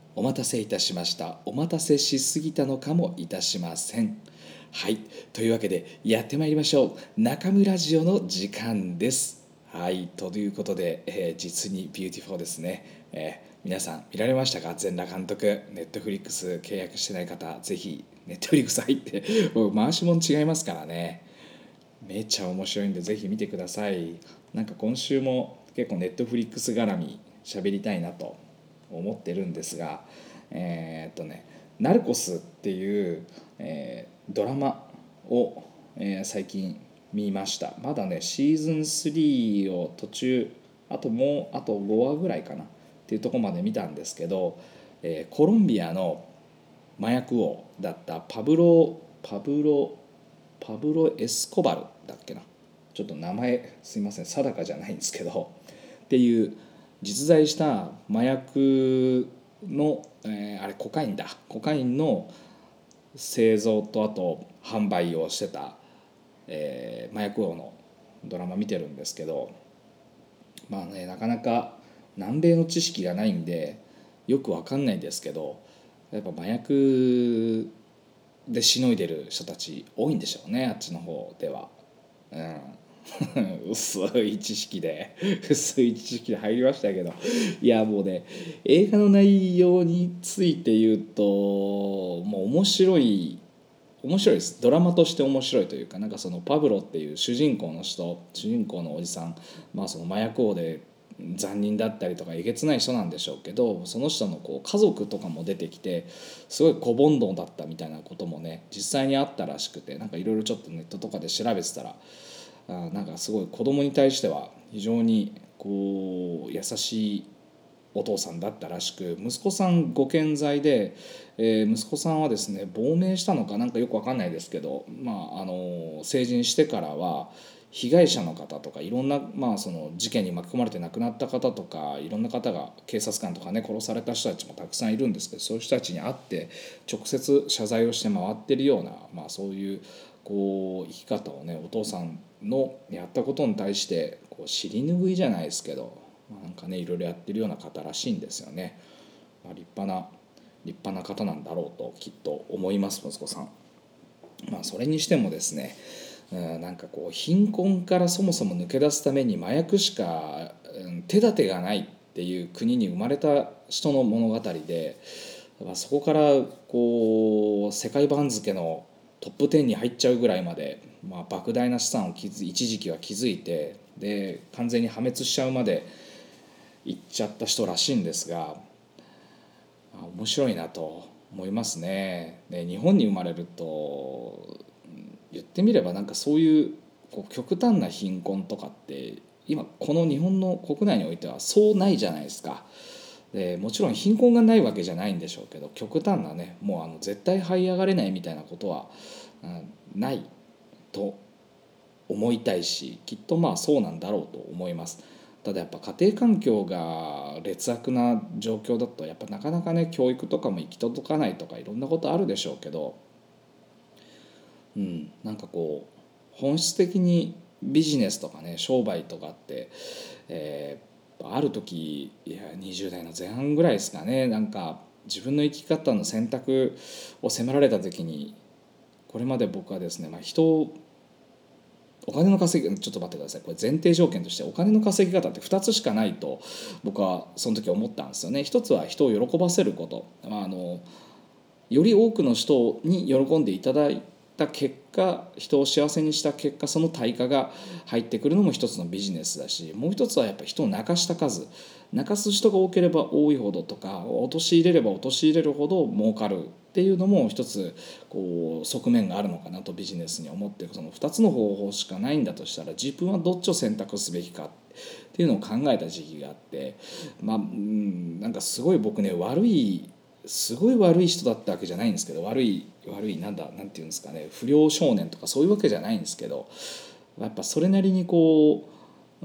お待たせいたしました。お待たせしすぎたのかもいたしません。はい。というわけで、やってまいりましょう。中村ラジオの時間です。はい。ということで、実にビューティフォーですね。皆さん見られましたか？全裸監督。ネットフリックス契約してない方、ぜひ、ネットフリックス入って、もう回しもん違いますからね。めっちゃ面白いんで、ぜひ見てください。なんか今週も結構ネットフリックス絡み喋りたいなと思ってるんですが、ナルコスっていう、ドラマを、最近見ました。まだねシーズン3を途中、あと5話ぐらいかなっていうところまで見たんですけど、コロンビアの麻薬王だったパブロ・エスコバルだっけな、ちょっと名前すいません定かじゃないんですけど、っていう実在した麻薬の、あれコカインの製造とあと販売をしてた、麻薬王のドラマ見てるんですけど、まあねなかなか南米の知識がないんでよくわかんないんですけど、やっぱ麻薬でしのいでる人たち多いんでしょうね、あっちの方では。うん薄い知識で入りましたけど、いやもうね、映画の内容について言うともう面白いです。ドラマとして面白いというか、なんかそのパブロっていう主人公のおじさん、まあその麻薬王で残忍だったりとかえげつない人なんでしょうけど、その人のこう家族とかも出てきて、すごい小煩悩だったみたいなこともね実際にあったらしくて、なんかいろいろちょっとネットとかで調べてたら、なんかすごい子供に対しては非常にこう優しいお父さんだったらしく、息子さんご健在で、息子さんはですね亡命したのかなんかよく分かんないですけど、成人してからは被害者の方とかいろんな、その事件に巻き込まれて亡くなった方とかいろんな方が警察官とかね殺された人たちもたくさんいるんですけど、そういう人たちに会って直接謝罪をして回ってるような、そういうこう生き方をねお父さんのやったことに対してこう尻拭いじゃないですけど、なんかねいろいろやってるような方らしいんですよね。立派な方なんだろうときっと思います、息子さん。それにしてもですね、なんかこう貧困からそもそも抜け出すために麻薬しか手立てがないっていう国に生まれた人の物語で、そこからこう世界番付のトップ10に入っちゃうぐらいまで、莫大な資産を一時期は築いて、で完全に破滅しちゃうまで行っちゃった人らしいんですが、面白いなと思いますね。で日本に生まれると言ってみればなんかそういうこう極端な貧困とかって今この日本の国内においてはそうないじゃないですか。でもちろん貧困がないわけじゃないんでしょうけど、極端なねもう絶対這い上がれないみたいなことは、ないと思いたいし、きっとそうなんだろうと思います。ただやっぱ家庭環境が劣悪な状況だとやっぱなかなかね教育とかも行き届かないとかいろんなことあるでしょうけど、なんかこう本質的にビジネスとかね商売とかって、ある時20代の前半ぐらいですかね、なんか自分の生き方の選択を迫られた時に、これまで僕はですね、お金の稼ぎちょっと待ってください、これ前提条件としてお金の稼ぎ方って2つしかないと僕はその時思ったんですよね。一つは人を喜ばせること、より多くの人に喜んでいただいた結果、人を幸せにした結果、その対価が入ってくるのも一つのビジネスだし、もう一つはやっぱり人を泣かした数、泣かす人が多ければ多いほどとか陥れれば陥れるほど儲かるっていうのも一つこう側面があるのかなとビジネスに思って、その2つの方法しかないんだとしたら自分はどっちを選択すべきかっていうのを考えた時期があって、なんかすごい僕ねすごい悪い人だったわけじゃないんですけど、なんていうんですかね、不良少年とかそういうわけじゃないんですけど、やっぱそれなりにこう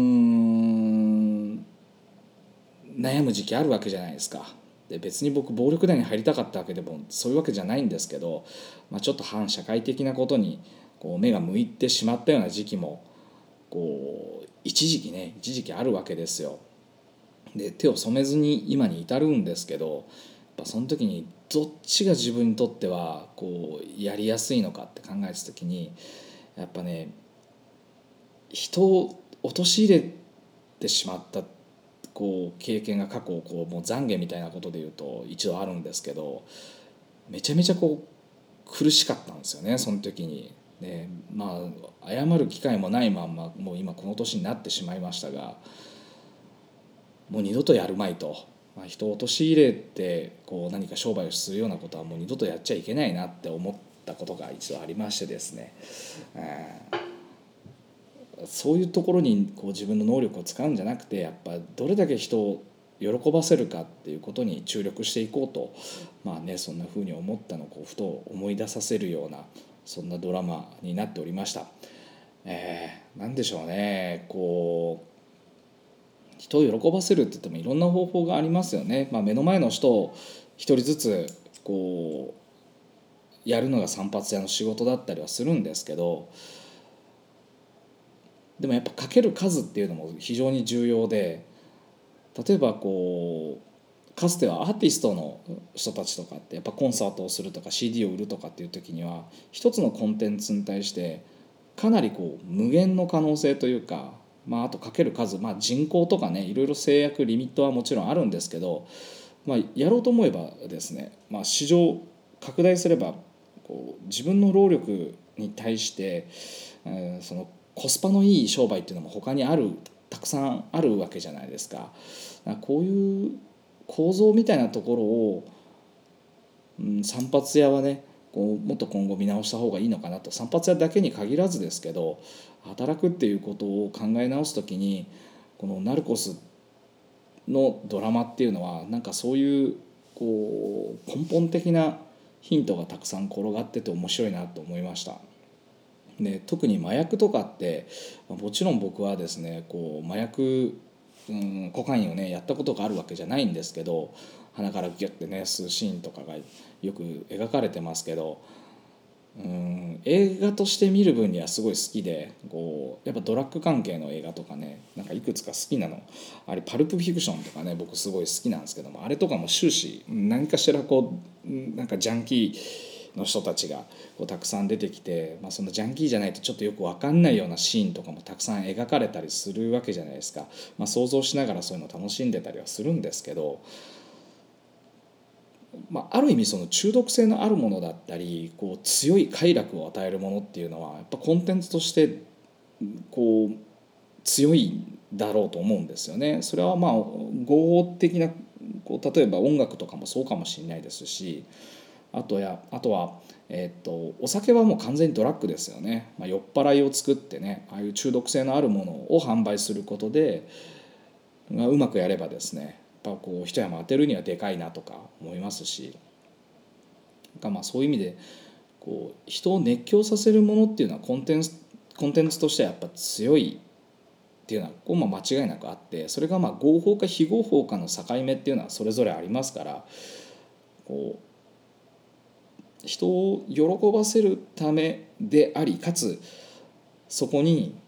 悩む時期あるわけじゃないですか。で別に僕暴力団に入りたかったわけでもそういうわけじゃないんですけど、ちょっと反社会的なことにこう目が向いてしまったような時期もこう一時期あるわけですよ。で手を染めずに今に至るんですけど、 ぱその時にどっちが自分にとってはこうやりやすいのかって考えた時に、やっぱね、人を陥れてしまったこう経験が過去こうもう懺悔みたいなことで言うと一度あるんですけど、めちゃめちゃこう苦しかったんですよね、その時に。で謝る機会もないまんまもう今この年になってしまいましたが、もう二度とやるまいと、人を陥れてこう何か商売をするようなことはもう二度とやっちゃいけないなって思ったことが一度ありましてですね、そういうところにこう自分の能力を使うんじゃなくて、やっぱどれだけ人を喜ばせるかっていうことに注力していこうと、そんな風に思ったのをこうふと思い出させるような、そんなドラマになっておりました。なんでしょうね、こう人を喜ばせるって言ってもいろんな方法がありますよね。目の前の人を一人ずつこうやるのが散髪屋の仕事だったりはするんですけど、でもやっぱかける数っていうのも非常に重要で、例えばこうかつてはアーティストの人たちとかってやっぱコンサートをするとか CD を売るとかっていう時には一つのコンテンツに対してかなりこう無限の可能性というか、あとかける数、人口とかね、いろいろ制約リミットはもちろんあるんですけど、やろうと思えばですね、市場拡大すればこう自分の労力に対して、そのコスパのいい商売っていうのも他にたくさんあるわけじゃないですか。こういう構造みたいなところを、散髪屋はねこうもっと今後見直した方がいいのかなと。散髪屋だけに限らずですけど、働くっていうことを考え直すときにこのナルコスのドラマっていうのはなんかそういうこう根本的なヒントがたくさん転がってて面白いなと思いました。で特に麻薬とかってもちろん僕はですねこう麻薬、コカインをねやったことがあるわけじゃないんですけど、鼻からギュッてね吸うシーンとかがよく描かれてますけど、映画として見る分にはすごい好きで、こうやっぱドラッグ関係の映画とかねなんかいくつか好きなのあれ、パルプフィクションとかね僕すごい好きなんですけども、あれとかも終始何かしらこうなんかジャンキーの人たちがこうたくさん出てきて、そのジャンキーじゃないとちょっとよく分かんないようなシーンとかもたくさん描かれたりするわけじゃないですか。想像しながらそういうの楽しんでたりはするんですけど、ある意味その中毒性のあるものだったりこう強い快楽を与えるものっていうのはやっぱコンテンツとしてこう強いだろうと思うんですよね。それは合法的なこう例えば音楽とかもそうかもしれないですし、あとは、お酒はもう完全にドラッグですよね。酔っ払いを作ってね、ああいう中毒性のあるものを販売することで、うまくやればですねやっぱこう一山当てるにはでかいなとか思いますし、そういう意味でこう人を熱狂させるものっていうのはコンテンツとしてはやっぱ強いっていうのはこう間違いなくあって、それが合法か非合法かの境目っていうのはそれぞれありますから、こう人を喜ばせるためでありかつそこに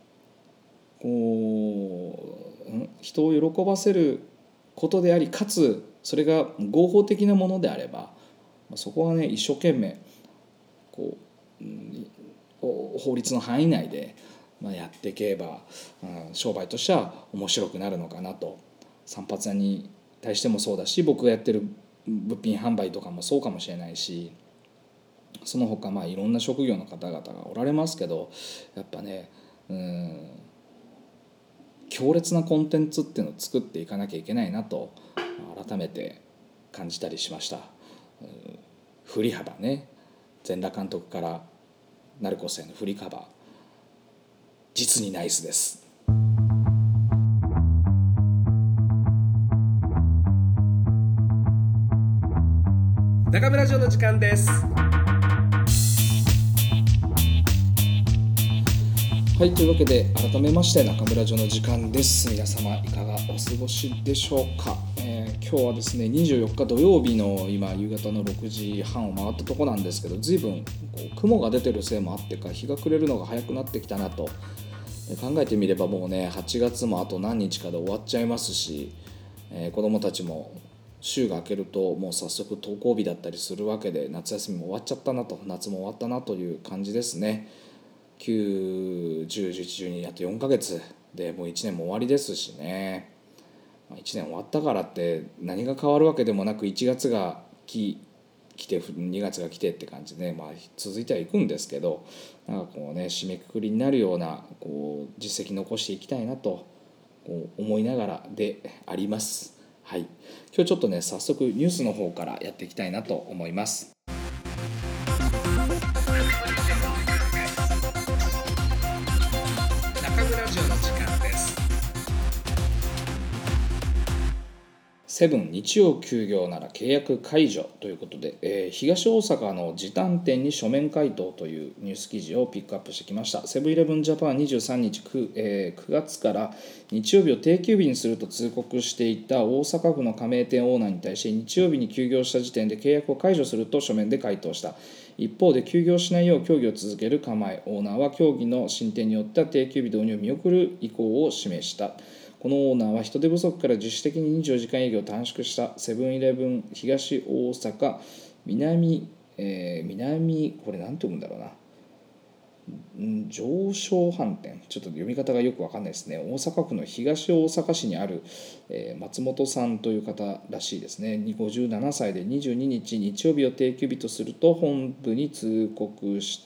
こう人を喜ばせることでありかつそれが合法的なものであれば、そこはね一生懸命こう、法律の範囲内でやっていけば、商売としては面白くなるのかなと。散髪屋に対してもそうだし、僕がやってる物品販売とかもそうかもしれないし、その他いろんな職業の方々がおられますけど、やっぱね強烈なコンテンツっていうのを作っていかなきゃいけないなと改めて感じたりしました。振り幅ね、全裸監督からナルコスへの振り幅、実にナイスです。 中村城の時間です。 はい、というわけで改めまして中村城の時間です。皆様いかがお過ごしでしょうか。今日はですね24日土曜日の今夕方の6時半を回ったとこなんですけど、随分雲が出てるせいもあってか日が暮れるのが早くなってきたなと考えてみれば、もうね8月もあと何日かで終わっちゃいますし、子どもたちも週が明けるともう早速登校日だったりするわけで、夏休みも終わっちゃったなと、夏も終わったなという感じですね。9、10、11、12あと4ヶ月でもう1年も終わりですしね。1年終わったからって何が変わるわけでもなく、1月が来て2月が来てって感じでね、続いてはいくんですけど、なんかこうね、締めくくりになるようなこう実績残していきたいなとこう思いながらであります。はい、今日ちょっとね早速ニュースの方からやっていきたいなと思います。 中村ラジオの時間です。 セブン日曜休業なら契約解除ということで、東大阪の時短店に書面回答というニュース記事をピックアップしてきました。セブンイレブンジャパン23日 9月から日曜日を定休日にすると通告していた大阪府の加盟店オーナーに対して、日曜日に休業した時点で契約を解除すると書面で回答した。一方で休業しないよう協議を続ける構え、オーナーは協議の進展によっては定休日導入を見送る意向を示した。このオーナーは人手不足から自主的に24時間営業を短縮したセブンイレブン東大阪南、これなんて読むんだろうな、上昇飯店、ちょっと読み方がよく分かんないですね。大阪府の東大阪市にある、松本さんという方らしいですね。57歳で22日日曜日を定休日とすると本部に通告して、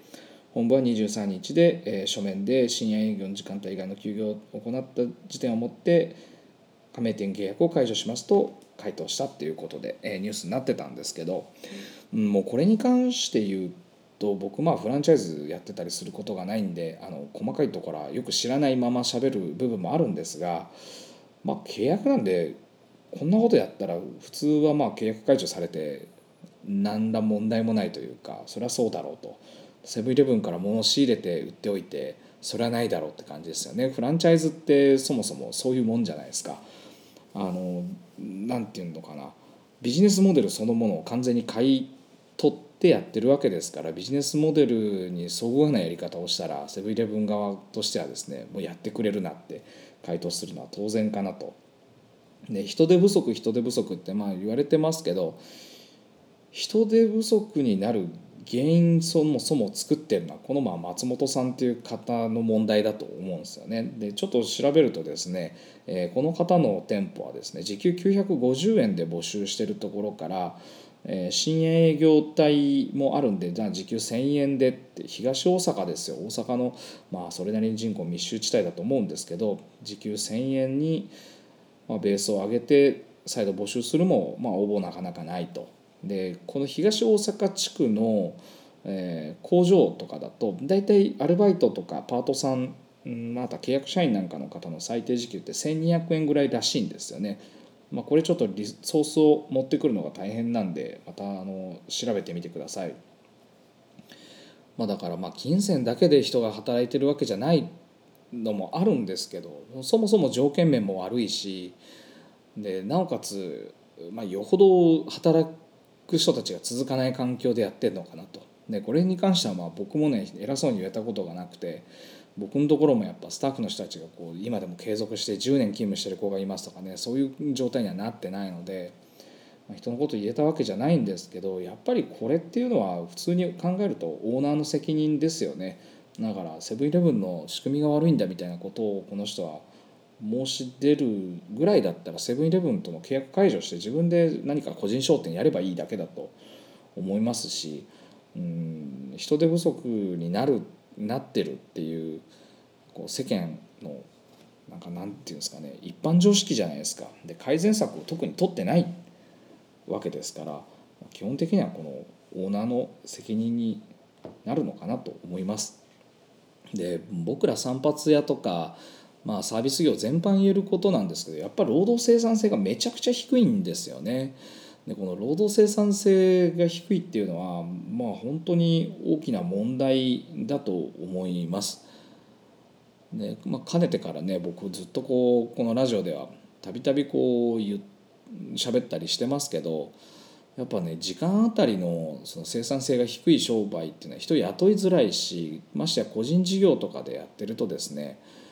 本部は23日で、書面で深夜営業の時間帯以外の休業を行った時点をもって加盟店契約を解除しますと回答したっていうことで、ニュースになってたんですけど、もうこれに関して言うと、僕フランチャイズやってたりすることがないんで、細かいところはよく知らないまま喋る部分もあるんですが、契約なんでこんなことやったら普通は契約解除されて何ら問題もないというか、それはそうだろうと。セブンイレブンから物を仕入れて売っておいてそれはないだろうって感じですよね。フランチャイズってそもそもそういうもんじゃないですか。なんていうのかな、ビジネスモデルそのものを完全に買い取ってやってるわけですから、ビジネスモデルにそぐわないやり方をしたらセブンイレブン側としてはですね、もうやってくれるなって回答するのは当然かなと。で、人手不足って言われてますけど、人手不足になる原因そもそも作ってるのはこの松本さんという方の問題だと思うんですよね。でちょっと調べるとですね、この方の店舗はですね、時給950円で募集しているところから、深夜営業帯もあるんで、じゃあ時給1000円でって、東大阪ですよ。大阪のそれなりに人口密集地帯だと思うんですけど、時給1000円にベースを上げて再度募集するも応募なかなかないと。でこの東大阪地区の、工場とかだと大体アルバイトとかパートさん、また契約社員なんかの方の最低時給って1200円ぐらいらしいんですよね。これちょっとリソースを持ってくるのが大変なんで、また調べてみてください。だから金銭だけで人が働いてるわけじゃないのもあるんですけど、そもそも条件面も悪いし、でなおかつ、よほど働く人たちが続かない環境でやってるのかなと。でこれに関しては僕もね偉そうに言えたことがなくて、僕のところもやっぱスタッフの人たちが今でも継続して10年勤務してる子がいますとかね、そういう状態にはなってないので、人のこと言えたわけじゃないんですけど、やっぱりこれっていうのは普通に考えるとオーナーの責任ですよね。だからセブンイレブンの仕組みが悪いんだみたいなことをこの人は申し出るぐらいだったら、セブンイレブンとの契約解除して自分で何か個人商店やればいいだけだと思いますし、人手不足になってるっていう世間のなんていうんですかね、一般常識じゃないですか。で改善策を特に取ってないわけですから、基本的にはこのオーナーの責任になるのかなと思います。で僕ら散髪屋とか、サービス業全般言えることなんですけど、やっぱり労働生産性がめちゃくちゃ低いんですよね。でこの労働生産性が低いっていうのは本当に大きな問題だと思います。で、かねてからね、僕ずっとこのラジオではたびたび喋ったりしてますけど、やっぱね時間あたりのその生産性が低い商売っていうのは人雇いづらいし、ましてや個人事業とかでやってるとですね、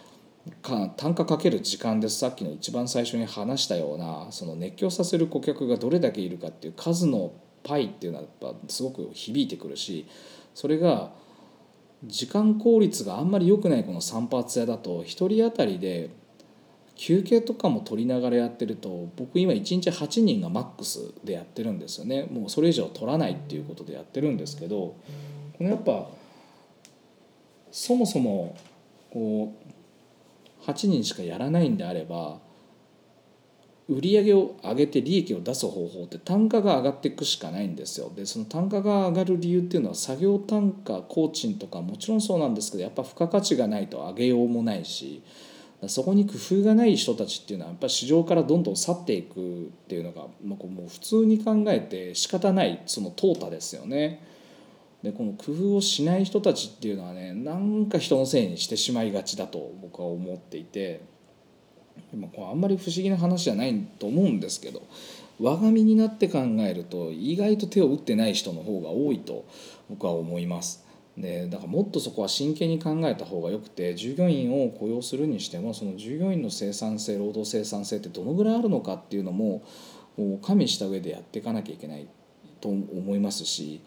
単価かける時間です。さっきの一番最初に話したようなその熱狂させる顧客がどれだけいるかっていう数のパイっていうのはやっぱすごく響いてくるし、それが時間効率があんまり良くないこの散髪屋だと1人当たりで休憩とかも取りながらやってると、僕今1日8人がマックスでやってるんですよね。もうそれ以上取らないっていうことでやってるんですけど、このやっぱそもそもこう8人しかやらないんであれば、売り上げを上げて利益を出す方法って単価が上がっていくしかないんですよ。でその単価が上がる理由っていうのは作業単価工賃とかもちろんそうなんですけど、やっぱ付加価値がないと上げようもないし、そこに工夫がない人たちっていうのはやっぱり市場からどんどん去っていくっていうのがもう普通に考えて仕方ないその淘汰ですよね。でこの工夫をしない人たちっていうのはね、なんか人のせいにしてしまいがちだと僕は思っていて、これあんまり不思議な話じゃないと思うんですけど、我が身になって考えると意外と手を打ってない人の方が多いと僕は思います。でだからもっとそこは真剣に考えた方がよくて、従業員を雇用するにしてもその従業員の生産性、労働生産性ってどのぐらいあるのかっていうのも加味した上でやっていかなきゃいけないと思いますし、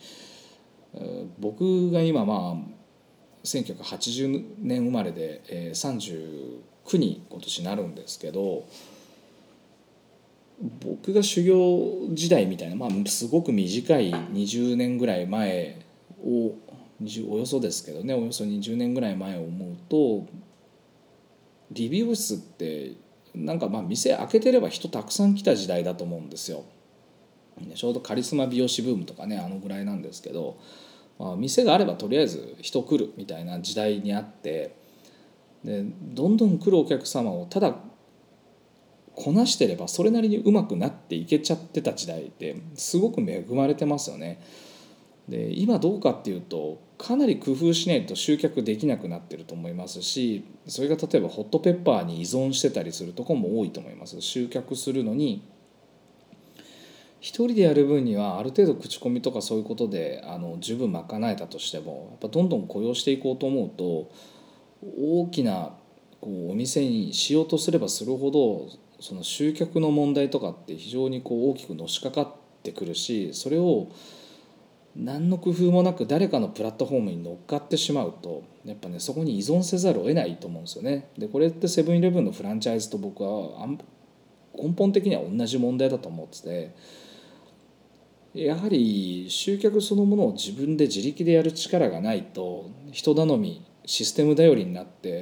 僕が今1980年生まれで39に今年なるんですけど、僕が修行時代みたいな、すごく短い20年ぐらい前をおよそですけどね、およそ20年ぐらい前を思うと、理美容室ってなんか店開けてれば人たくさん来た時代だと思うんですよ。ちょうどカリスマ美容師ブームとかね、あのぐらいなんですけど、店があればとりあえず人来るみたいな時代にあって、でどんどん来るお客様をただこなしてればそれなりにうまくなっていけちゃってた時代ってすごく恵まれてますよね。で今どうかっていうと、かなり工夫しないと集客できなくなってると思いますし、それが例えばホットペッパーに依存してたりするところも多いと思います。集客するのに一人でやる分にはある程度口コミとかそういうことで十分賄えたとしても、やっぱどんどん雇用していこうと思うと、大きなお店にしようとすればするほどその集客の問題とかって非常に大きくのしかかってくるし、それを何の工夫もなく誰かのプラットフォームに乗っかってしまうと、やっぱねそこに依存せざるを得ないと思うんですよね。でこれってセブンイレブンのフランチャイズと僕は根本的には同じ問題だと思ってて、やはり集客そのものを自分で自力でやる力がないと人頼みシステム頼りになって、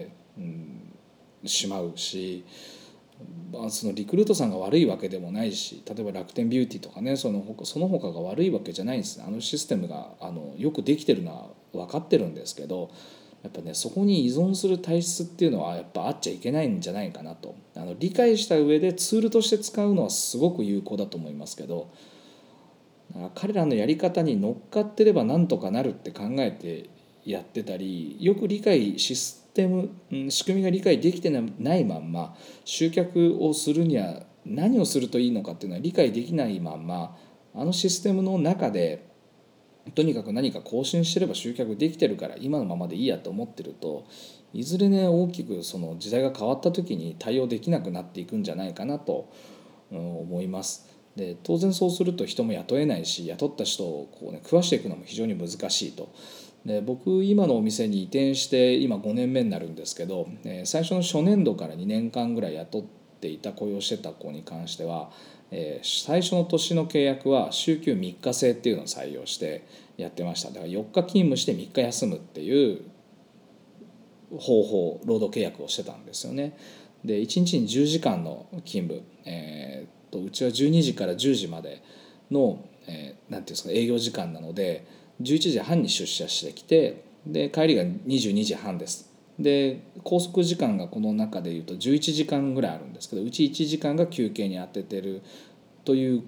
しまうし、そのリクルートさんが悪いわけでもないし、例えば楽天ビューティーとかね、その他が悪いわけじゃないんですね。システムがよくできてるのは分かってるんですけど、やっぱねそこに依存する体質っていうのはやっぱあっちゃいけないんじゃないかなと。理解した上でツールとして使うのはすごく有効だと思いますけど、彼らのやり方に乗っかってればなんとかなるって考えてやってたり、よくシステム仕組みが理解できてないまんま集客をするには何をするといいのかっていうのは理解できないまんま、システムの中でとにかく何か更新してれば集客できてるから今のままでいいやと思ってると、いずれね大きくその時代が変わった時に対応できなくなっていくんじゃないかなと思います。で当然そうすると人も雇えないし、雇った人を食わしていくのも非常に難しいと。で僕今のお店に移転して今5年目になるんですけど、最初の初年度から2年間ぐらい雇っていた雇用してた子に関しては、最初の年の契約は週休3日制っていうのを採用してやってました。だから4日勤務して3日休むっていう方法、労働契約をしてたんですよね。で1日に10時間の勤務、うちは12時から10時までの、なんていうんですか、営業時間なので11時半に出社してきて、で帰りが22時半です。で拘束時間がこの中でいうと11時間ぐらいあるんですけど、うち1時間が休憩に充ててるという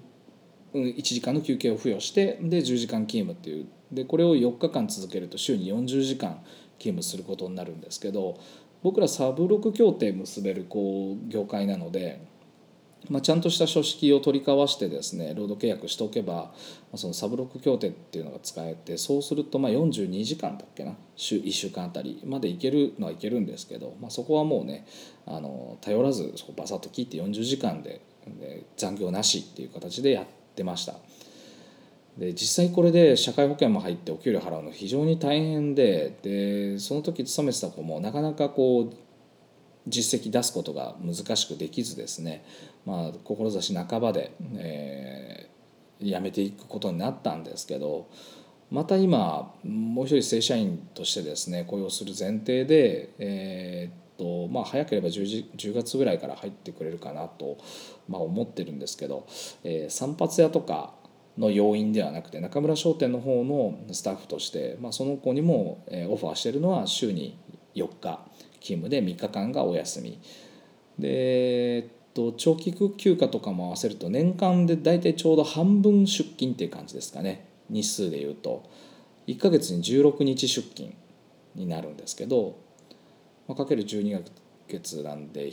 1時間の休憩を付与して、で10時間勤務っていう、でこれを4日間続けると週に40時間勤務することになるんですけど、僕らサブロク協定結べる業界なので、 ちゃんとした書式を取り交わしてですね労働契約しておけば、そのサブロック協定っていうのが使えて、そうすると42時間だっけな、1週間あたりまでいけるのはいけるんですけど、そこはもうね頼らずバサッと切って40時間で残業なしっていう形でやってました。で実際これで社会保険も入ってお給料払うの非常に大変で、その時勤めてた子もなかなか実績出すことが難しくできずですね、志半ばで、辞めていくことになったんですけど、また今もう一人正社員としてですね雇用する前提で、早ければ10月ぐらいから入ってくれるかなと、思ってるんですけど、散髪屋とかの要員ではなくて中村商店の方のスタッフとして、その子にもオファーしているのは週に4日勤務で3日間がお休みで、長期休暇とかも合わせると年間で大体ちょうど半分出勤っていう感じですかね。日数でいうと1ヶ月に16日出勤になるんですけど、かける12月なんで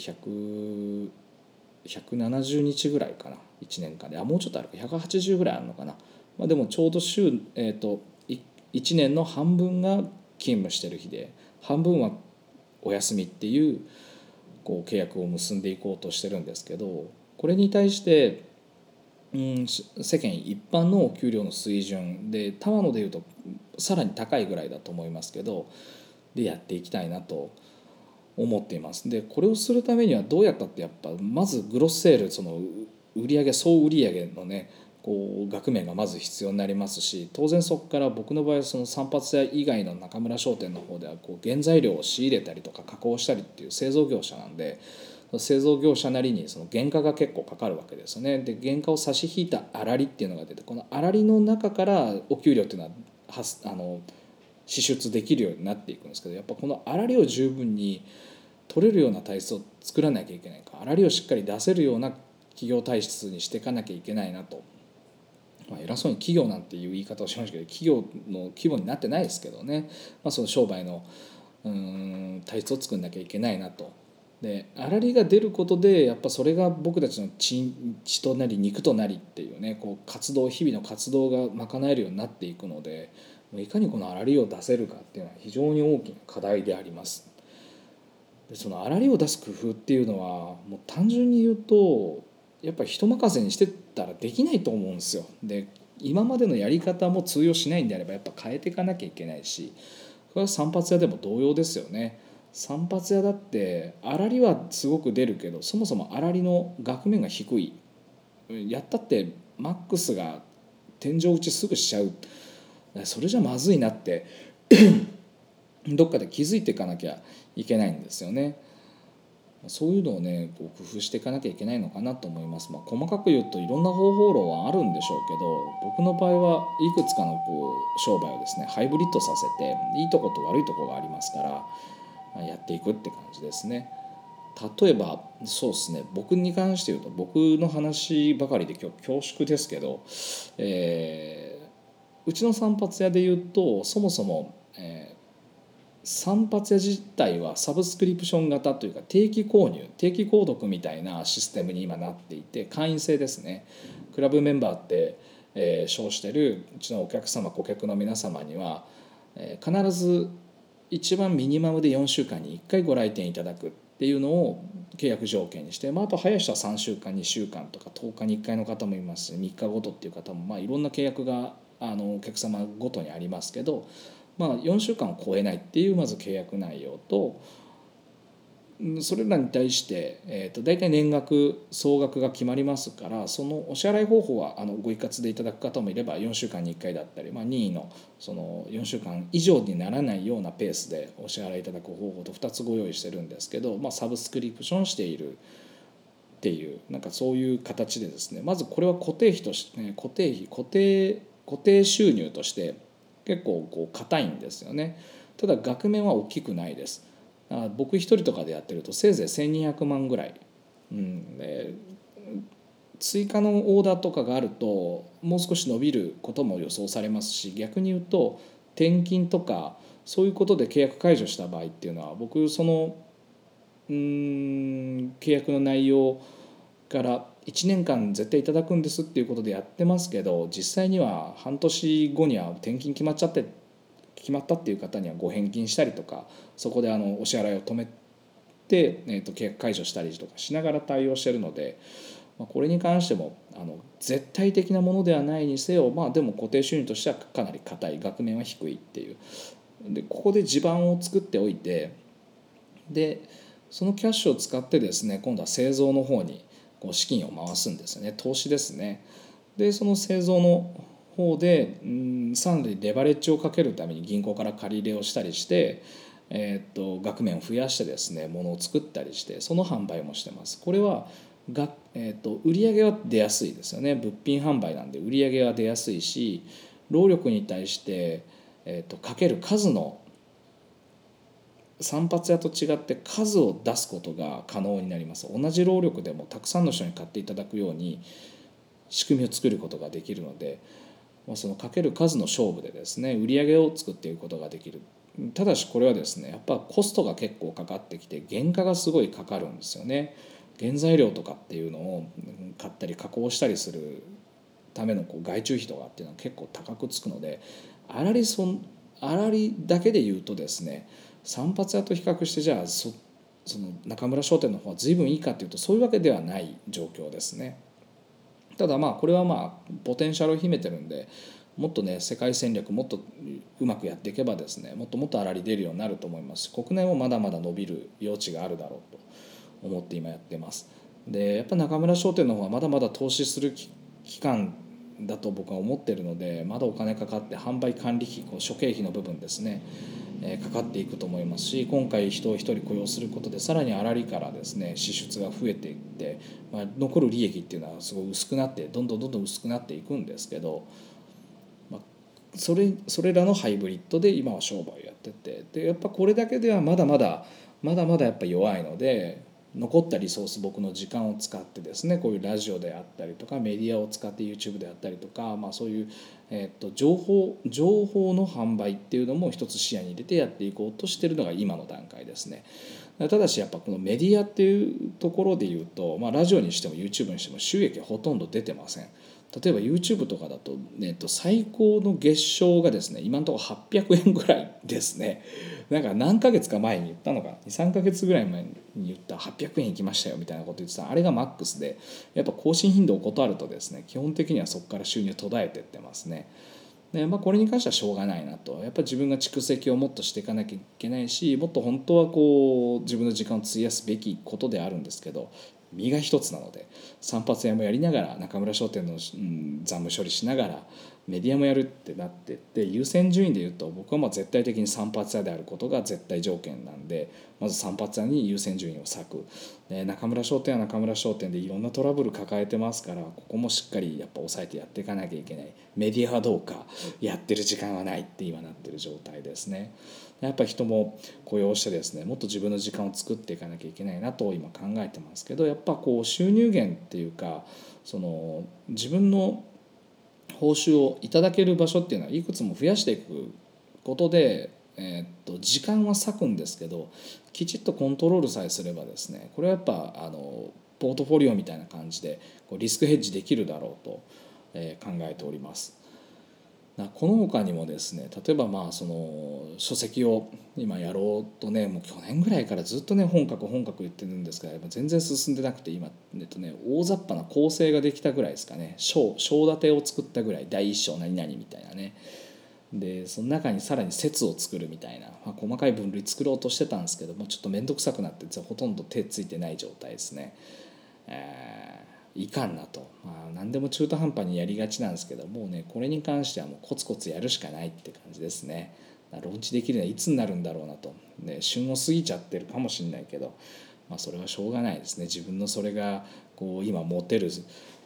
170日ぐらいかな、1年間でもうちょっとあるか180ぐらいあるのかな、でもちょうど1年の半分が勤務してる日で半分はお休みっていう契約を結んでいこうとしてるんですけど、これに対して世間一般のお給料の水準で多摩野でいうとさらに高いぐらいだと思いますけど、でやっていきたいなと思っています。でこれをするためにはどうやったってやっぱまずグロスセール、その総売上のね額面がまず必要になりますし、当然そこから僕の場合はその散髪屋以外の中村商店の方では原材料を仕入れたりとか加工したりっていう製造業者なんで、製造業者なりにその原価が結構かかるわけですよね。で原価を差し引いた粗利っていうのが出て、この粗利の中からお給料っていうのは支出できるようになっていくんですけど、やっぱこの粗利を十分に取れるような体質を作らなきゃいけないか、粗利をしっかり出せるような企業体質にしていかなきゃいけないなと。偉そうに企業なんていう言い方をしましたけど、企業の規模になってないですけどね、その商売の体質を作んなきゃいけないなと。で粗利が出ることでやっぱそれが僕たちの血となり肉となりっていうね日々の活動が賄えるようになっていくので、いかにこの粗利を出せるかっていうのは非常に大きな課題であります。でその粗利を出す工夫っていうのはもう単純に言うとやっぱり人任せにしてったらできないと思うんですよ。で今までのやり方も通用しないんであればやっぱ変えていかなきゃいけないし、これは散髪屋でも同様ですよね。散髪屋だって粗利はすごく出るけど、そもそも粗利の額面が低い、やったってマックスが天井打ちすぐしちゃう、それじゃまずいなってどっかで気づいていかなきゃいけないんですよね。そういうのをね工夫していかなきゃいけないのかなと思います。細かく言うといろんな方法論はあるんでしょうけど、僕の場合はいくつかの商売をですねハイブリッドさせて、いいとこと悪いとこがありますからやっていくって感じですね。例えばそうですね、僕に関して言うと僕の話ばかりで今日恐縮ですけど、うちの散髪屋で言うとそもそも、散髪屋自体はサブスクリプション型というか定期購入定期購読みたいなシステムに今なっていて、会員制ですね。クラブメンバーって、称してるうちのお客様顧客の皆様には、必ず一番ミニマムで4週間に1回ご来店いただくっていうのを契約条件にして、あと早い人は3週間2週間とか10日に1回の方もいますし、3日ごとっていう方も、いろんな契約がお客様ごとにありますけど、4週間を超えないっていうまず契約内容と、それらに対して、大体年額総額が決まりますから、そのお支払い方法はご一括でいただく方もいれば4週間に1回だったり、任意のその4週間以上にならないようなペースでお支払いいただく方法と2つご用意してるんですけど、サブスクリプションしているっていうそういう形でですね、まずこれは固定費として、固定収入として結構硬いんですよね。ただ額面は大きくないです。僕一人とかでやってるとせいぜい1200万ぐらい、追加のオーダーとかがあるともう少し伸びることも予想されますし、逆に言うと転勤とかそういうことで契約解除した場合っていうのは、僕その契約の内容から 1年間絶対いただくんですっていうことでやってますけど、実際には半年後には転勤決まったっていう方にはご返金したりとか、そこでお支払いを止めて、契約解除したりとかしながら対応しているので、これに関しても絶対的なものではないにせよ、でも固定収入としてはかなり硬い、額面は低いっていう。でここで地盤を作っておいて、でそのキャッシュを使ってですね、今度は製造の方にこう資金を回すんですよね。投資ですね。でその製造の方でさらにレバレッジをかけるために銀行から借り入れをしたりして、額面を増やしてですね、物を作ったりして、その販売もしてます。これは売上は出やすいですよね。物品販売なんで売上は出やすいし、労力に対して、かける数の散髪屋と違って数を出すことが可能になります。同じ労力でもたくさんの人に買っていただくように仕組みを作ることができるので、そのかける数の勝負でですね、売上を作っていくことができる。ただしこれはですね、やっぱコストが結構かかってきて、原価がすごいかかるんですよね。原材料とかっていうのを買ったり加工したりするための外注費とかっていうのは結構高くつくので、粗利だけで言うとですね、散髪屋と比較してじゃあその中村商店の方は随分いいかっていうと、そういうわけではない状況ですね。ただこれはポテンシャルを秘めてるんで、もっとね世界戦略もっとうまくやっていけばですね、もっともっと粗利出るようになると思いますし、国内もまだまだ伸びる余地があるだろうと思って今やってます。でやっぱ中村商店の方はまだまだ投資する期間だと僕は思っているので、まだお金かかって販売管理費、諸経費の部分ですね、かかっていくと思いますし、今回人を一人雇用することでさらに粗利からですね支出が増えていって、残る利益っていうのはすごい薄くなって、どんどん薄くなっていくんですけど、それらのハイブリッドで今は商売をやってて、でやっぱこれだけではまだまだやっぱ弱いので、残ったリソース、僕の時間を使ってですね、こういうラジオであったりとかメディアを使って YouTube であったりとか、そういう、情報の販売っていうのも一つ視野に入れてやっていこうとしているのが今の段階ですね。ただしやっぱこのメディアっていうところでいうと、ラジオにしても YouTube にしても収益はほとんど出てません。例えば YouTube とかだと、最高の月賞がですね今のところ800円ぐらいですね。なんか何ヶ月か前に言ったのか23ヶ月ぐらい前に言った800円いきましたよみたいなこと言ってた、あれがマックスで、やっぱ更新頻度を断るとですね、基本的にはそこから収入途絶えていってますね。でこれに関してはしょうがないなと。やっぱり自分が蓄積をもっとしていかなきゃいけないし、もっと本当は自分の時間を費やすべきことであるんですけど、身が一つなので、散髪屋もやりながら中村商店の残務処理しながらメディアもやるってなってって、優先順位でいうと僕は絶対的に散髪屋であることが絶対条件なんで、まず散髪屋に優先順位を割く。で中村商店は中村商店でいろんなトラブル抱えてますから、ここもしっかりやっぱ抑えてやっていかなきゃいけない。メディアはどうか、やってる時間はないって今なってる状態ですね。やっぱり人も雇用してですね、もっと自分の時間を作っていかなきゃいけないなと今考えてますけど、やっぱ収入源っていうか、自分の報酬をいただける場所っていうのはいくつも増やしていくことで、時間は割くんですけど、きちっとコントロールさえすればですね、これはやっぱポートフォリオみたいな感じでリスクヘッジできるだろうと考えております。この他にもですね、例えば書籍を今やろうとね、もう去年ぐらいからずっとね本格言ってるんですが、全然進んでなくて、今大雑把な構成ができたぐらいですかね。章立てを作ったぐらい、第一章何々みたいなね。でその中にさらに説を作るみたいな、細かい分類作ろうとしてたんですけども、ちょっと面倒くさくなってほとんど手ついてない状態ですね。いかんなと、何でも中途半端にやりがちなんですけど、もうねこれに関してはもうコツコツやるしかないって感じですね。ローンチできるのはいつになるんだろうなと、旬を過ぎちゃってるかもしれないけど、それはしょうがないですね。自分のそれが今持てる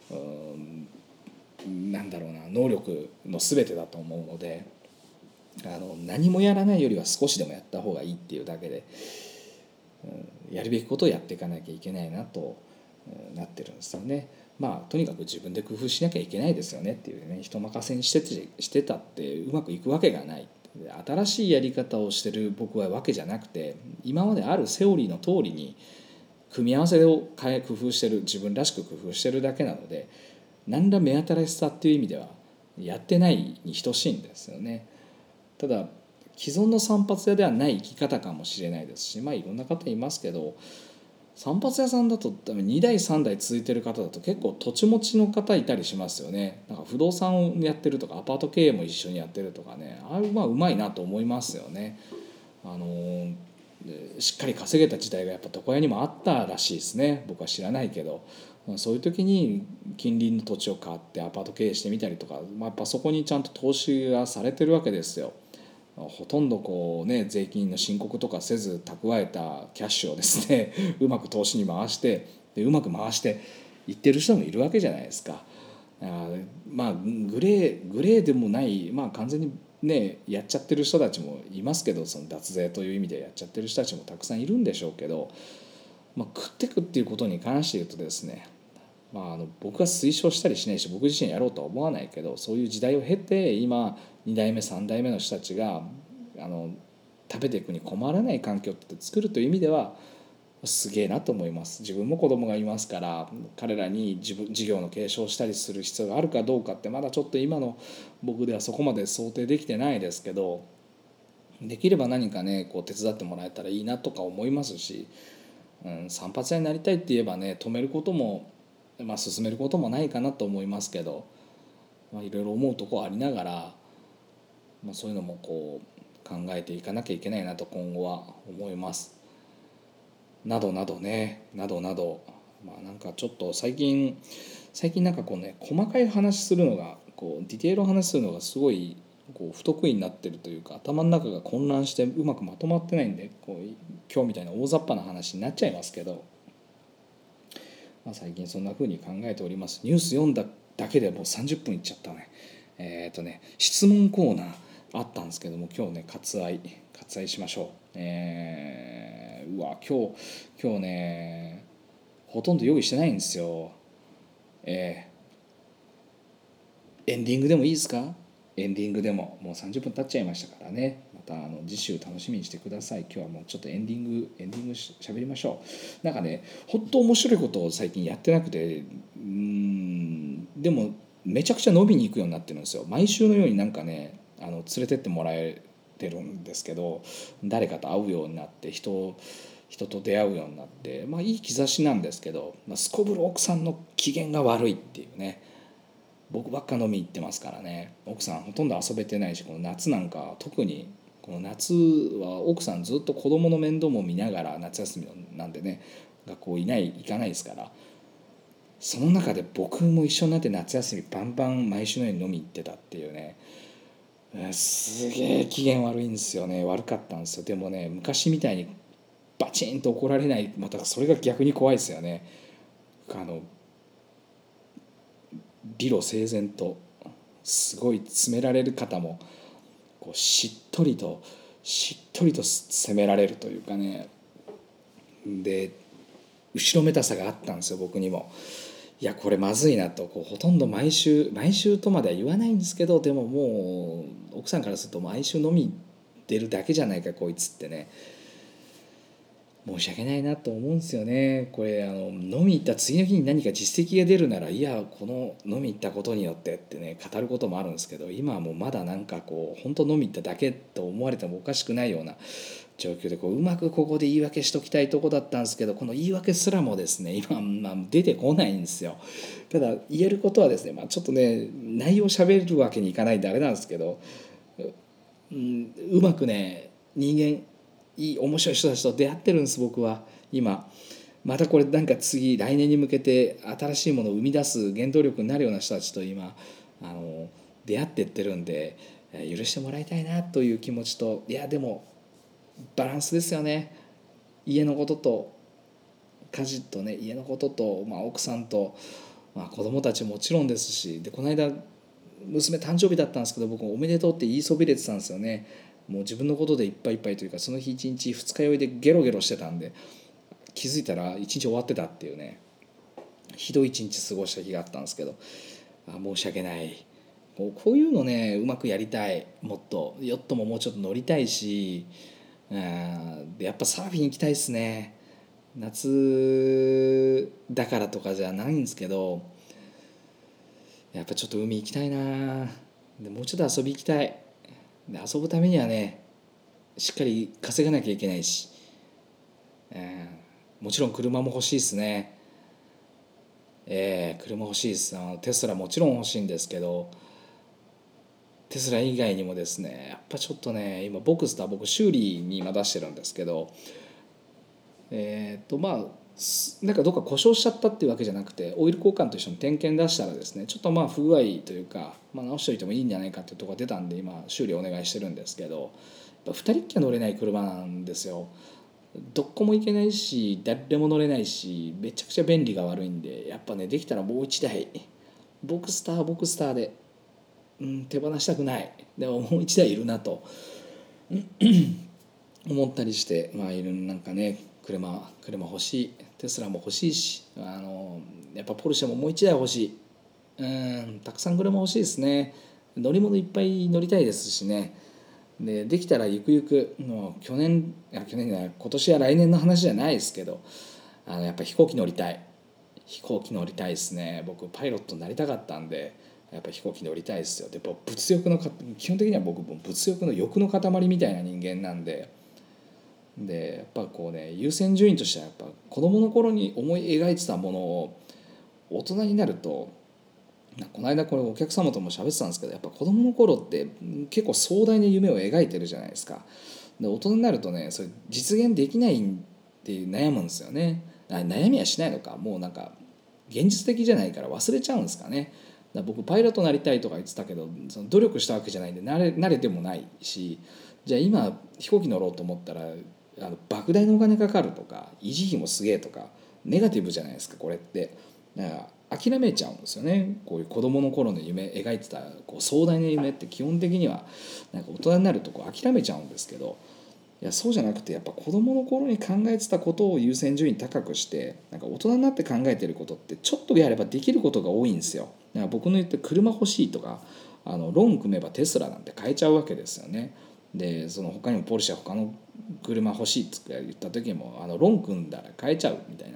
能力の全てだと思うので、何もやらないよりは少しでもやった方がいいっていうだけで、やるべきことをやっていかなきゃいけないなとなってるんですよね。とにかく自分で工夫しなきゃいけないですよねっていうね。人任せにしてたってうまくいくわけがない。新しいやり方をしてる僕はわけじゃなくて、今まであるセオリーの通りに組み合わせを工夫してる、自分らしく工夫してるだけなので、何ら目新しさっていう意味ではやってないに等しいんですよね。ただ既存の散髪屋ではない生き方かもしれないですし、まあいろんな方いますけど、散髪屋さんだと多分2代3代続いてる方だと結構土地持ちの方いたりしますよね。なんか不動産をやってるとかアパート経営も一緒にやってるとかね、あれまあうまいなと思いますよね。しっかり稼げた時代がやっぱ床屋にもあったらしいですね。僕は知らないけど、そういう時に近隣の土地を買ってアパート経営してみたりとか、やっぱそこにちゃんと投資がされてるわけですよ。ほとんどこうね、税金の申告とかせず蓄えたキャッシュをですねうまく投資に回して、でうまく回していってる人もいるわけじゃないですか。まあグレーでもない、まあ完全にねやっちゃってる人たちもいますけど、その脱税という意味でやっちゃってる人たちもたくさんいるんでしょうけど、まあ、食ってくっていうことに関して言うとですね、まあ、僕が推奨したりしないし、僕自身やろうとは思わないけど、そういう時代を経て今2代目3代目の人たちが食べていくに困らない環境って作るという意味ではすげえなと思います。自分も子供がいますから、彼らに事業の継承したりする必要があるかどうかってまだちょっと今の僕ではそこまで想定できてないですけど、できれば何かねこう手伝ってもらえたらいいなとか思いますし、散髪屋になりたいって言えばね止めることも、まあ、進めることもないかなと思いますけど、まあ、いろいろ思うところありながら、まあ、そういうのもこう考えていかなきゃいけないなと今後は思います。などなどね、などなど、まあなんかちょっと最近なんかこうね細かい話するのがこうディテールを話するのがすごいこう不得意になってるというか、頭の中が混乱してうまくまとまってないんで、こう今日みたいな大雑把な話になっちゃいますけど、まあ、最近そんな風に考えております。ニュース読んだだけでもう30分いっちゃったね。質問コーナーあったんですけども、今日ね割愛しましょう。うわ今日ねほとんど用意してないんですよ。エンディングでもいいですか？エンディングでももう30分経っちゃいましたからね。また次週楽しみにしてください。今日はもうちょっとエンディングしゃべりましょう。なんかね本当面白いことを最近やってなくて、でもめちゃくちゃ飲みに行くようになってるんですよ。毎週のようになんかね連れてってもらえてるんですけど、誰かと会うようになって人と出会うようになって、まあいい兆しなんですけど、すこぶる奥さんの機嫌が悪いっていうね。僕ばっか飲み行ってますからね。奥さんほとんど遊べてないし、この夏なんか特にこの夏は奥さんずっと子供の面倒も見ながら、夏休みなんでね学校行かないですから、その中で僕も一緒になって夏休みバンバン毎週のように飲み行ってたっていうね、すげえ機嫌悪いんですよね。悪かったんですよ。でもね昔みたいにバチンと怒られない、またそれが逆に怖いですよね。理路整然とすごい詰められる方もこうしっとりと責められるというかね。で後ろめたさがあったんですよ僕にも。いやこれまずいなと、こうほとんど毎週とまでは言わないんですけど、でももう奥さんからすると毎週飲み出るだけじゃないかこいつってね、申し訳ないなと思うんですよね。これ飲み行った次の日に何か実績が出るなら、いやこの飲み行ったことによってってね語ることもあるんですけど、今はもうまだなんかこう本当飲み行っただけと思われてもおかしくないような状況で、うまくここで言い訳しときたいとこだったんですけど、この言い訳すらもですね今、出てこないんですよ。ただ言えることはですね、ちょっとね内容喋るわけにいかないんであれなんですけど、うまくね人間いい面白い人たちと出会ってるんです僕は今。またこれなんか次来年に向けて新しいものを生み出す原動力になるような人たちと今出会ってってるんで、許してもらいたいなという気持ちと、いやでもバランスですよね。家のことと家事とね、家のことと、奥さんと、子供たちもちろんですし、でこの間娘誕生日だったんですけど、僕おめでとうって言いそびれてたんですよね。もう自分のことでいっぱいいっぱいというか、その日一日二日酔いでゲロゲロしてたんで、気づいたら一日終わってたっていうね、ひどい一日過ごした日があったんですけど、申し訳ない。こういうのねうまくやりたい。もっとヨットももうちょっと乗りたいし、でやっぱサーフィン行きたいですね。 夏だからとかじゃないんですけど、やっぱちょっと海行きたいな。でもうちょっと遊び行きたい。で遊ぶためにはね、しっかり稼がなきゃいけないし、もちろん車も欲しいですね。車欲しいです。テスラもちろん欲しいんですけど、テスラ以外にもですね、やっぱちょっとね、今ボクスター僕修理に今出してるんですけど、まあなんかどっか故障しちゃったっていうわけじゃなくて、オイル交換と一緒に点検出したらですね、ちょっとまあ不具合というか、直しておいてもいいんじゃないかっていうところが出たんで、今修理お願いしてるんですけど、やっぱ2人っきゃ乗れない車なんですよ。どこも行けないし、誰も乗れないし、めちゃくちゃ便利が悪いんで、やっぱね、できたらもう1台ボクスターで、手放したくない。でももう1台いるなと思ったりして、いるなんかね、車欲しい、テスラも欲しいし、やっぱポルシェももう1台欲しい。たくさん車欲しいですね。乗り物いっぱい乗りたいですしね。できたらゆくゆく、もう去年じゃない、今年や来年の話じゃないですけど、やっぱ飛行機乗りたいですね。僕パイロットになりたかったんで、やっぱ飛行機乗りたいですよ。でやっぱ基本的には僕も物欲の欲の塊みたいな人間なんで、やっぱこうね、優先順位としてはやっぱ子供の頃に思い描いてたものを大人になると、この間これお客様とも喋ってたんですけど、やっぱ子供の頃って結構壮大な夢を描いてるじゃないですか。で大人になるとね、それ実現できないって悩むんですよね。悩みはしないのか、もうなんか現実的じゃないから忘れちゃうんですかね。僕パイロットになりたいとか言ってたけど、その努力したわけじゃないんで慣れてもないし、じゃあ今飛行機乗ろうと思ったら莫大なお金かかるとか、維持費もすげえとか、ネガティブじゃないですかこれって。だから諦めちゃうんですよね。こういう子どもの頃の夢描いてたこう壮大な夢って基本的にはなんか大人になるとこう諦めちゃうんですけど、いやそうじゃなくて、やっぱ子どもの頃に考えてたことを優先順位高くして、なんか大人になって考えてることってちょっとやればできることが多いんですよ。だから僕の言って車欲しいとか、ローン組めばテスラなんて買えちゃうわけですよね。でその他にもポルシェ他の車欲しいって言った時もローン組んだら買えちゃうみたいな、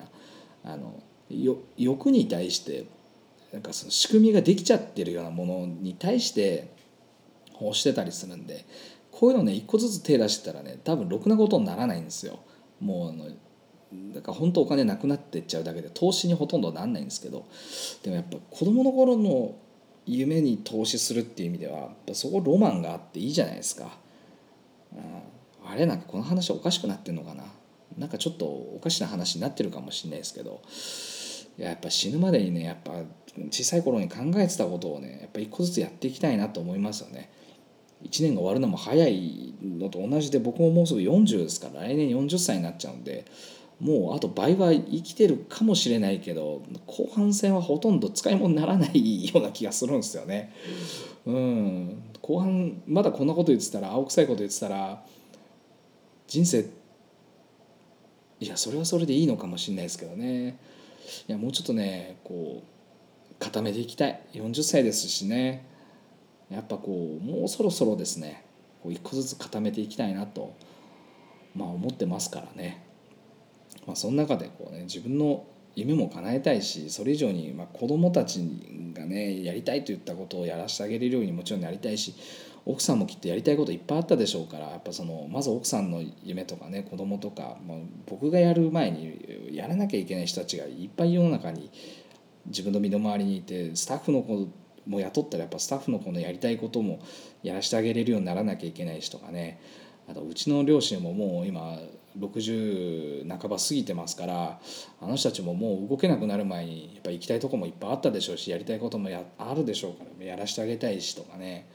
欲に対してなんかその仕組みができちゃってるようなものに対して欲してたりするんで、こういうのね一個ずつ手出してたらね、多分ろくなことにならないんですよ。もうだから本当お金なくなっていっちゃうだけで投資にほとんどなんないんですけど、でもやっぱ子どもの頃の夢に投資するっていう意味ではやっぱそこロマンがあっていいじゃないですか。あれなんかこの話おかしくなってんのかな、なんかちょっとおかしな話になってるかもしれないですけど、やっぱ死ぬまでにね、やっぱ小さい頃に考えてたことをね、やっぱ一個ずつやっていきたいなと思いますよね。1年が終わるのも早いのと同じで、僕ももうすぐ40ですから、来年40歳になっちゃうんで、もうあと倍は生きてるかもしれないけど、後半戦はほとんど使い物にならないような気がするんですよね。後半まだこんなこと言ってたら、青臭いこと言ってたら、人生いやそれはそれでいいのかもしれないですけどね。いやもうちょっとねこう固めていきたい。40歳ですしね、やっぱこうもうそろそろですね、こう一個ずつ固めていきたいなと、思ってますからね。その中でこうね、自分の夢も叶えたいし、それ以上に子どもたちがねやりたいといったことをやらせてあげれるようにもちろんなりたいし、奥さんもきっとやりたいこといっぱいあったでしょうから、やっぱまず奥さんの夢とかね、子供とか、僕がやる前にやらなきゃいけない人たちがいっぱい世の中に自分の身の回りにいて、スタッフの子も雇ったらやっぱスタッフの子のやりたいこともやらせてあげれるようにならなきゃいけないしとかね。あとうちの両親ももう今60半ば過ぎてますから、あの人たちももう動けなくなる前にやっぱ行きたいとこもいっぱいあったでしょうし、やりたいこともあるでしょうからやらせてあげたいしとかね。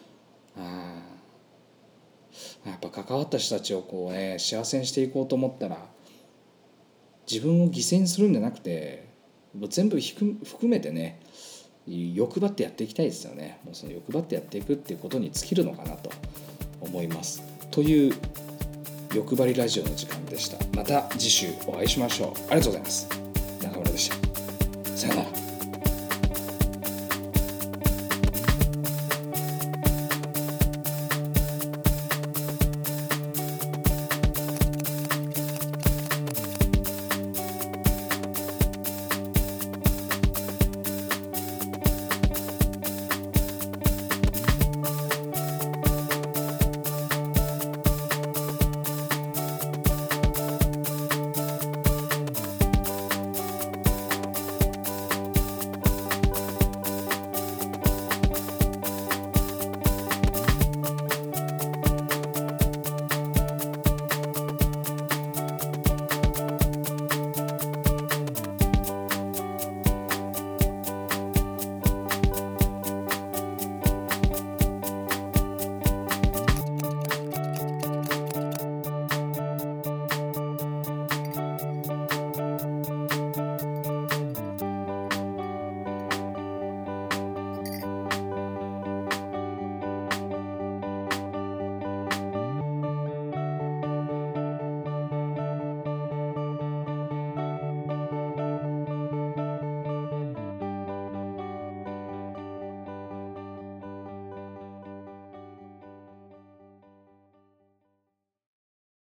やっぱ関わった人たちをこうね幸せにしていこうと思ったら、自分を犠牲にするんじゃなくて全部含めてね、欲張ってやっていきたいですよね。もうその欲張ってやっていくっていうことに尽きるのかなと思います。という欲張りラジオの時間でした。また次週お会いしましょう。ありがとうございます。中村でした。さよなら。